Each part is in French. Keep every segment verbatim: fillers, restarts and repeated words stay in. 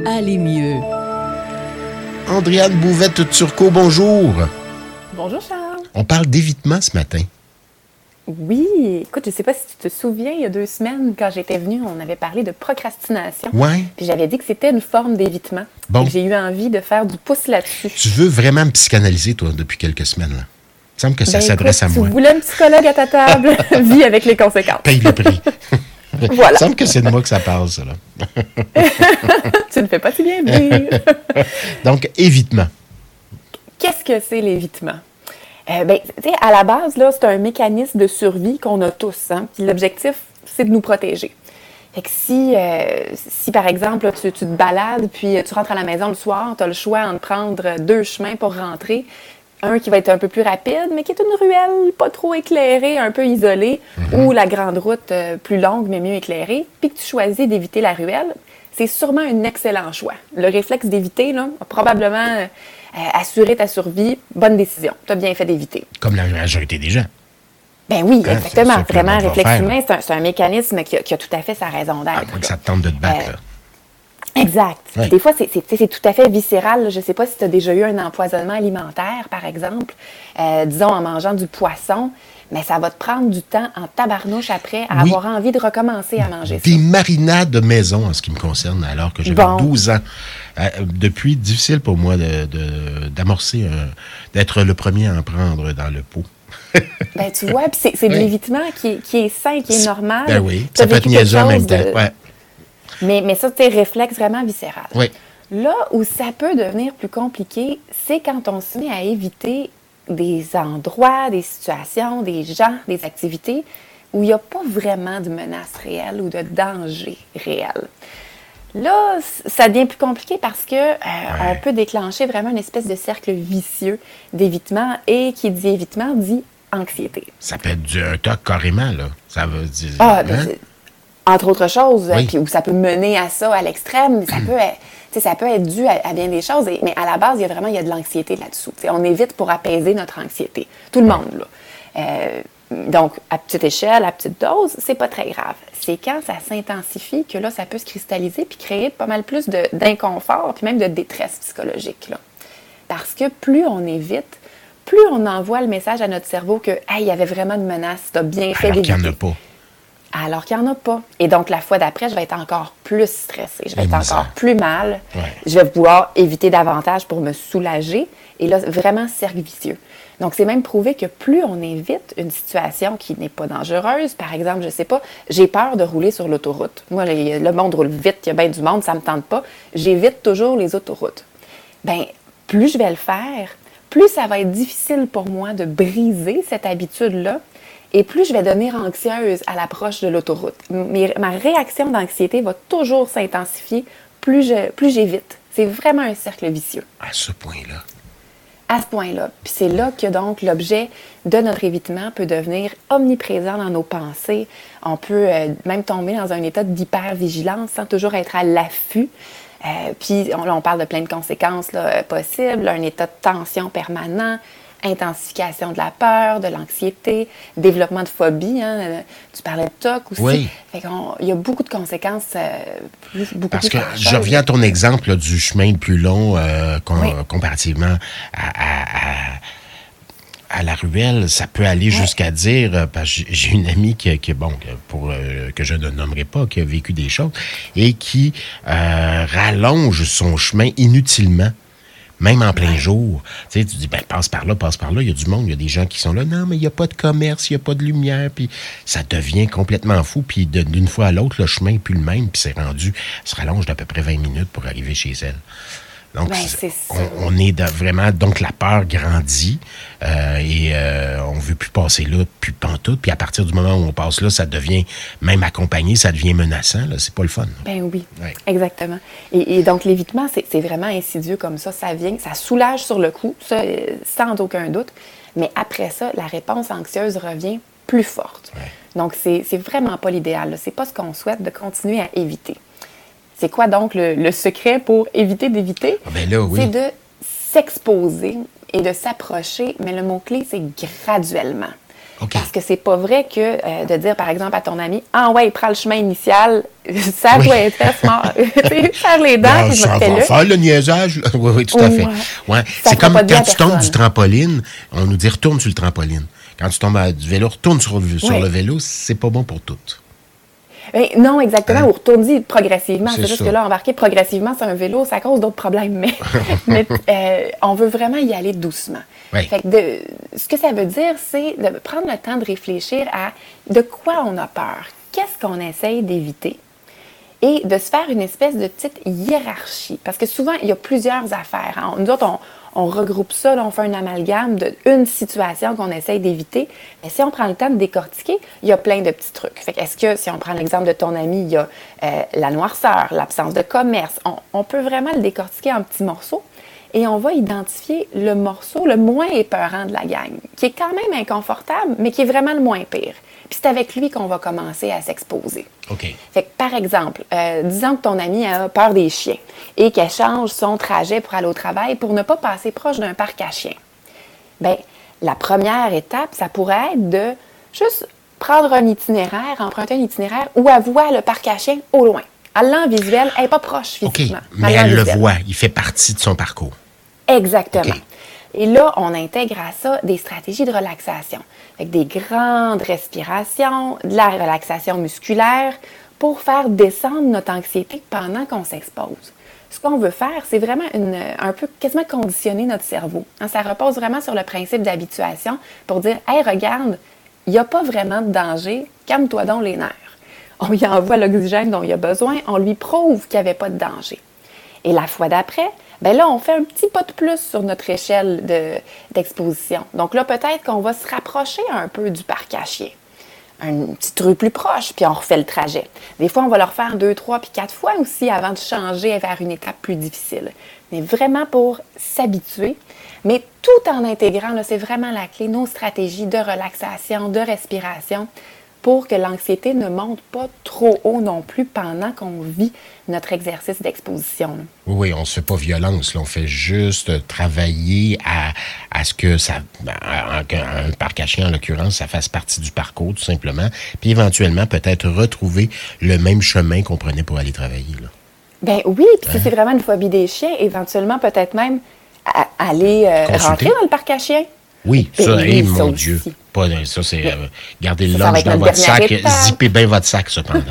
aller mieux. Andréane Bouvette-Turcot, bonjour. Bonjour Charles. On parle d'évitement ce matin. Oui, écoute, je ne sais pas si tu te souviens, il y a deux semaines, quand j'étais venue, on avait parlé de procrastination. Ouais. Puis j'avais dit que c'était une forme d'évitement. Bon. Et j'ai eu envie de faire du pouce là-dessus. Tu veux vraiment me psychanalyser, toi, depuis quelques semaines, là? Il me semble que ça Ben, s'adresse écoute, à moi. Tu voulais un psychologue à ta table, vis avec les conséquences. Paye le prix. Voilà. Il me semble que c'est de moi que ça parle, ça, là. Tu ne fais pas si bien dire. Donc, évitement. Qu'est-ce que c'est l'évitement? Euh, ben, tu sais, à la base, là, c'est un mécanisme de survie qu'on a tous. Hein? Puis l'objectif, c'est de nous protéger. Fait que si, euh, si par exemple, là, tu, tu te balades, puis tu rentres à la maison le soir, tu as le choix de prendre deux chemins pour rentrer. Un qui va être un peu plus rapide, mais qui est une ruelle pas trop éclairée, un peu isolée, mm-hmm. ou la grande route euh, plus longue, mais mieux éclairée, puis que tu choisis d'éviter la ruelle, c'est sûrement un excellent choix. Le réflexe d'éviter, là, a probablement euh, assuré ta survie. Bonne décision. Tu as bien fait d'éviter. Comme la majorité des gens. Ben oui, hein, exactement. Vraiment, réflexe faire, humain, c'est un, c'est un mécanisme qui a, qui a tout à fait sa raison d'être. À moins que ça te tente de te battre, Euh, là. Exact. Ouais. Des fois, c'est, c'est, c'est tout à fait viscéral. Je ne sais pas si tu as déjà eu un empoisonnement alimentaire, par exemple, euh, disons en mangeant du poisson, mais ça va te prendre du temps en tabarnouche après à Oui. avoir envie de recommencer à manger ça. Des marinades de maison, en ce qui me concerne, alors que j'avais Bon. douze ans. Euh, depuis, difficile pour moi de, de, d'amorcer, un, d'être le premier à en prendre dans le pot. Ben, tu vois, puis c'est, c'est de Oui. l'évitement qui est, qui est sain, qui est normal. Ben oui, T'as ça peut être vécu quelque niaiseux en même chose temps. de- Ouais. Mais, mais ça, c'est réflexe vraiment viscéral. Oui. Là où ça peut devenir plus compliqué, c'est quand on se met à éviter des endroits, des situations, des gens, des activités où il n'y a pas vraiment de menace réelle ou de danger réel. Là, c- ça devient plus compliqué parce que euh, on peut déclencher vraiment une espèce de cercle vicieux d'évitement et qui dit évitement dit anxiété. Ça peut être du, un toc carrément, là. Ça veut dire. Ah, ben, hein? c'est- entre autres choses, Oui. euh, puis où ça peut mener à ça à l'extrême, mais ça peut être, tu sais, ça peut être dû à, à bien des choses, et- mais à la base, il y a vraiment il y a de l'anxiété là-dessous. Tu sais, on évite pour apaiser notre anxiété. Tout le monde, là. Euh, donc, à petite échelle, à petite dose, c'est pas très grave. C'est quand ça s'intensifie que là, ça peut se cristalliser puis créer pas mal plus de, d'inconfort puis même de détresse psychologique, là. Parce que plus on évite, plus on envoie le message à notre cerveau que, hey, il y avait vraiment une menace, t'as bien fait Alors qu'il d'éviter. n'y en a pas. Alors qu'il n'y en a pas. Et donc, la fois d'après, je vais être encore plus stressée. Je vais Et être misère. encore plus mal. Ouais. Je vais pouvoir éviter davantage pour me soulager. Et là, vraiment cercle vicieux. Donc, c'est même prouvé que plus on évite une situation qui n'est pas dangereuse, par exemple, je ne sais pas, j'ai peur de rouler sur l'autoroute. Moi, les- le monde roule vite, il y a bien du monde, ça ne me tente pas. J'évite toujours les autoroutes. Bien, plus je vais le faire, plus ça va être difficile pour moi de briser cette habitude-là. Et plus je vais devenir anxieuse à l'approche de l'autoroute. Mes- ma réaction d'anxiété va toujours s'intensifier plus, je, plus j'évite. C'est vraiment un cercle vicieux À ce point-là. à ce point-là. Puis c'est là que donc l'objet de notre évitement peut devenir omniprésent dans nos pensées. On peut euh, même tomber dans un état d'hypervigilance sans toujours être à l'affût. Euh, puis on, là, on parle de plein de conséquences là, euh, possibles, un état de tension permanent, intensification de la peur, de l'anxiété, développement de phobie. Hein, euh, tu parlais de T O C aussi. Oui. Fait qu'on- il y a beaucoup de conséquences, euh, plus, beaucoup Parce plus que fâcheuses. je reviens à ton exemple là, du chemin le plus long euh, com- Oui. comparativement à, à, à, à la ruelle. Ça peut aller jusqu'à dire, euh, parce que j'ai- j'ai une amie qui, qui bon, que- pour euh, que je ne nommerai pas, qui a vécu des choses et qui euh, rallonge son chemin inutilement. Même en plein jour. Tu sais, tu dis, ben, passe par là, passe par là. Il y a du monde, il y a des gens qui sont là. Non, mais il n'y a pas de commerce, il n'y a pas de lumière. Puis ça devient complètement fou. Puis de- d'une fois à l'autre, le chemin n'est plus le même. Puis c'est rendu, ça se rallonge d'à peu près vingt minutes pour arriver chez elle. Donc, Ben, c'est- c'est ça. on, on est de- vraiment... Donc, la peur grandit euh, et euh, on ne veut plus passer là, plus pantoute. Puis à partir du moment où on passe là, ça devient, même accompagné, ça devient menaçant. Là. C'est pas le fun. là. Ben oui, Ouais. exactement. Et, et donc, l'évitement, c'est, c'est vraiment insidieux comme ça. Ça vient, ça soulage sur le coup, ça, euh, sans aucun doute. Mais après ça, la réponse anxieuse revient plus forte. Ouais. Donc, c'est, c'est vraiment pas l'idéal. là. C'est pas ce qu'on souhaite de continuer à éviter. C'est quoi donc le, le secret pour éviter d'éviter? Ah ben là, oui. C'est de s'exposer et de s'approcher, mais le mot-clé, c'est graduellement. OK. Parce que c'est pas vrai que euh, de dire, par exemple, à ton ami, « Ah ouais, prends le chemin initial, ça oui. doit être fait smart. » Faire les dents, Ben, puis je ça me fais va le. faire le niaisage. Oui, oui, tout à fait. Ouais. Ouais. Ça C'est comme fera pas de bien quand à tu tombes personne. du trampoline, on nous dit retourne sur le trampoline. Quand tu tombes à- du vélo, retourne sur, le- sur Oui. le vélo, c'est pas bon pour toutes. Ben, non, exactement. Hein? Ou retourne-y progressivement. C'est C'est juste ça. que là, embarquer progressivement sur un vélo, ça cause d'autres problèmes. Mais, mais euh, on veut vraiment y aller doucement. Oui. Fait que de, ce que ça veut dire, c'est de prendre le temps de réfléchir à de quoi on a peur. Qu'est-ce qu'on essaye d'éviter? Et de se faire une espèce de petite hiérarchie. Parce que souvent, il y a plusieurs affaires. Hein. Nous autres, on, on regroupe ça, là, on fait un amalgame d'une situation qu'on essaye d'éviter. Mais si on prend le temps de décortiquer, il y a plein de petits trucs. Fait que est-ce que, si on prend l'exemple de ton ami, il y a euh, la noirceur, l'absence de commerce, on, on peut vraiment le décortiquer en petits morceaux et on va identifier le morceau le moins épeurant de la gang, qui est quand même inconfortable, mais qui est vraiment le moins pire. Puis c'est avec lui qu'on va commencer à s'exposer. OK. Fait que, par exemple, euh, disons que ton ami a peur des chiens et qu'elle change son trajet pour aller au travail pour ne pas passer proche d'un parc à chiens. Bien, la première étape, ça pourrait être de juste prendre un itinéraire, emprunter un itinéraire où elle voit le parc à chiens au loin. Elle l'a en visuel, elle n'est pas proche OK. physiquement. Mais l'a en elle le visuel. voit. Il fait partie de son parcours. Exactement. OK. Et là, on intègre à ça des stratégies de relaxation. Avec des grandes respirations, de la relaxation musculaire pour faire descendre notre anxiété pendant qu'on s'expose. Ce qu'on veut faire, c'est vraiment une, un peu quasiment conditionner notre cerveau. Hein, ça repose vraiment sur le principe d'habituation pour dire « Hey, regarde, il n'y a pas vraiment de danger, calme-toi donc les nerfs. » On lui envoie l'oxygène dont il a besoin, on lui prouve qu'il n'y avait pas de danger. Et la fois d'après, ben là, on fait un petit pas de plus sur notre échelle de, d'exposition. Donc là, peut-être qu'on va se rapprocher un peu du parc à chiens. Un petit rue plus proche, puis on refait le trajet. Des fois, on va le refaire deux, trois, puis quatre fois aussi avant de changer vers une étape plus difficile. Mais vraiment pour s'habituer, mais tout en intégrant, là, c'est vraiment la clé, nos stratégies de relaxation, de respiration, pour que l'anxiété ne monte pas trop haut non plus pendant qu'on vit notre exercice d'exposition. Là. Oui, on ne se fait pas violence. Là. On fait juste travailler à, à ce que ça, à, à, un parc à chiens, en l'occurrence, ça fasse partie du parcours, tout simplement. Puis éventuellement, peut-être retrouver le même chemin qu'on prenait pour aller travailler. Là. Ben oui, puis hein? Si c'est vraiment une phobie des chiens, éventuellement, peut-être même à, aller euh, rentrer dans le parc à chiens. Oui, ça, oui, hey, ça mon aussi. Dieu. Pas, ça, c'est euh, garder le ça, ça lunch dans votre sac, étape. zippez bien votre sac, cependant.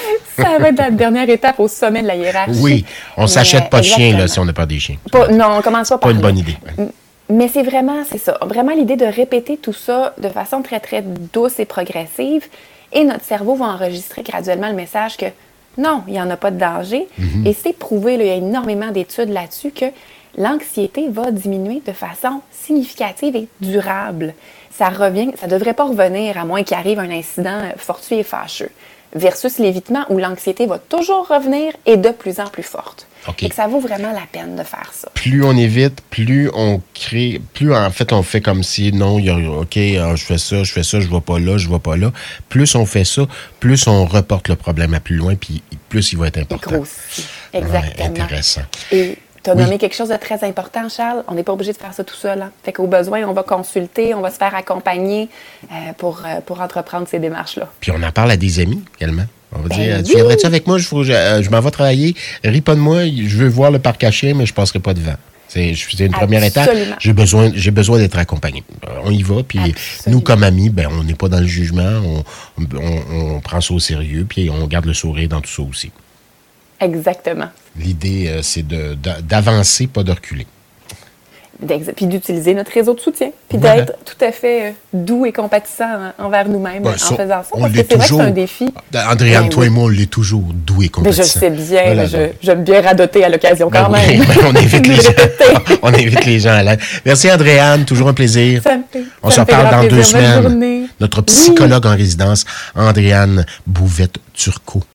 Ça va être la dernière étape au sommet de la hiérarchie. Oui, on ne s'achète pas de chiens là, si on n'a pas des chiens. Pas, non, on commence pas par Pas une là. bonne idée. Mais c'est vraiment, c'est ça, vraiment l'idée de répéter tout ça de façon très, très douce et progressive. Et notre cerveau va enregistrer graduellement le message que non, il n'y en a pas de danger. Mm-hmm. Et c'est prouvé, là, il y a énormément d'études là-dessus que l'anxiété va diminuer de façon significative et durable. Ça revient, ça ne devrait pas revenir à moins qu'il arrive un incident fortuit et fâcheux. Versus l'évitement où l'anxiété va toujours revenir et de plus en plus forte. Okay. Et que ça vaut vraiment la peine de faire ça. Plus on évite, plus on crée, plus en fait on fait comme si non, il y a, OK, euh, je fais ça, je fais ça, je ne vais pas là, je ne vais pas là. Plus on fait ça, plus on reporte le problème à plus loin, puis plus il va être important. Et grossit. Exactement. Ouais, intéressant. Et tu as oui. nommé quelque chose de très important, Charles. On n'est pas obligé de faire ça tout seul. Hein. Fait qu'au besoin, on va consulter, on va se faire accompagner euh, pour, euh, pour entreprendre ces démarches-là. Puis on en parle à des amis également. On va ben dire, oui. tu viendrais-tu avec moi? Je, faut, je, je m'en vais travailler. Ris pas de moi. Je veux voir le parc à chiens, mais je ne passerai pas devant. C'est, c'est une première Absolument. étape. J'ai besoin, j'ai besoin d'être accompagné. On y va, puis Absolument. Nous, comme amis, ben, on n'est pas dans le jugement. On, on, on prend ça au sérieux, puis on garde le sourire dans tout ça aussi. Exactement. L'idée, euh, c'est de, de, d'avancer, pas de reculer. Puis d'utiliser notre réseau de soutien, puis voilà. d'être tout à fait doux et compatissant envers nous-mêmes ben, en ça, faisant ça. On Parce que l'est c'est toujours. vrai que c'est un défi. Andréane, ben, toi oui. et moi, on l'est toujours doux et compatissant. Mais je sais bien, voilà, je, j'aime bien radoter à l'occasion quand ben même. Oui, ben on, invite les gens, on invite les gens à l'aide. Merci Andréane, toujours un plaisir. Ça me fait, on ça se parle dans plaisir. deux semaines. Bonne journée. Notre psychologue oui. en résidence, Andréane Bouvette-Turcot.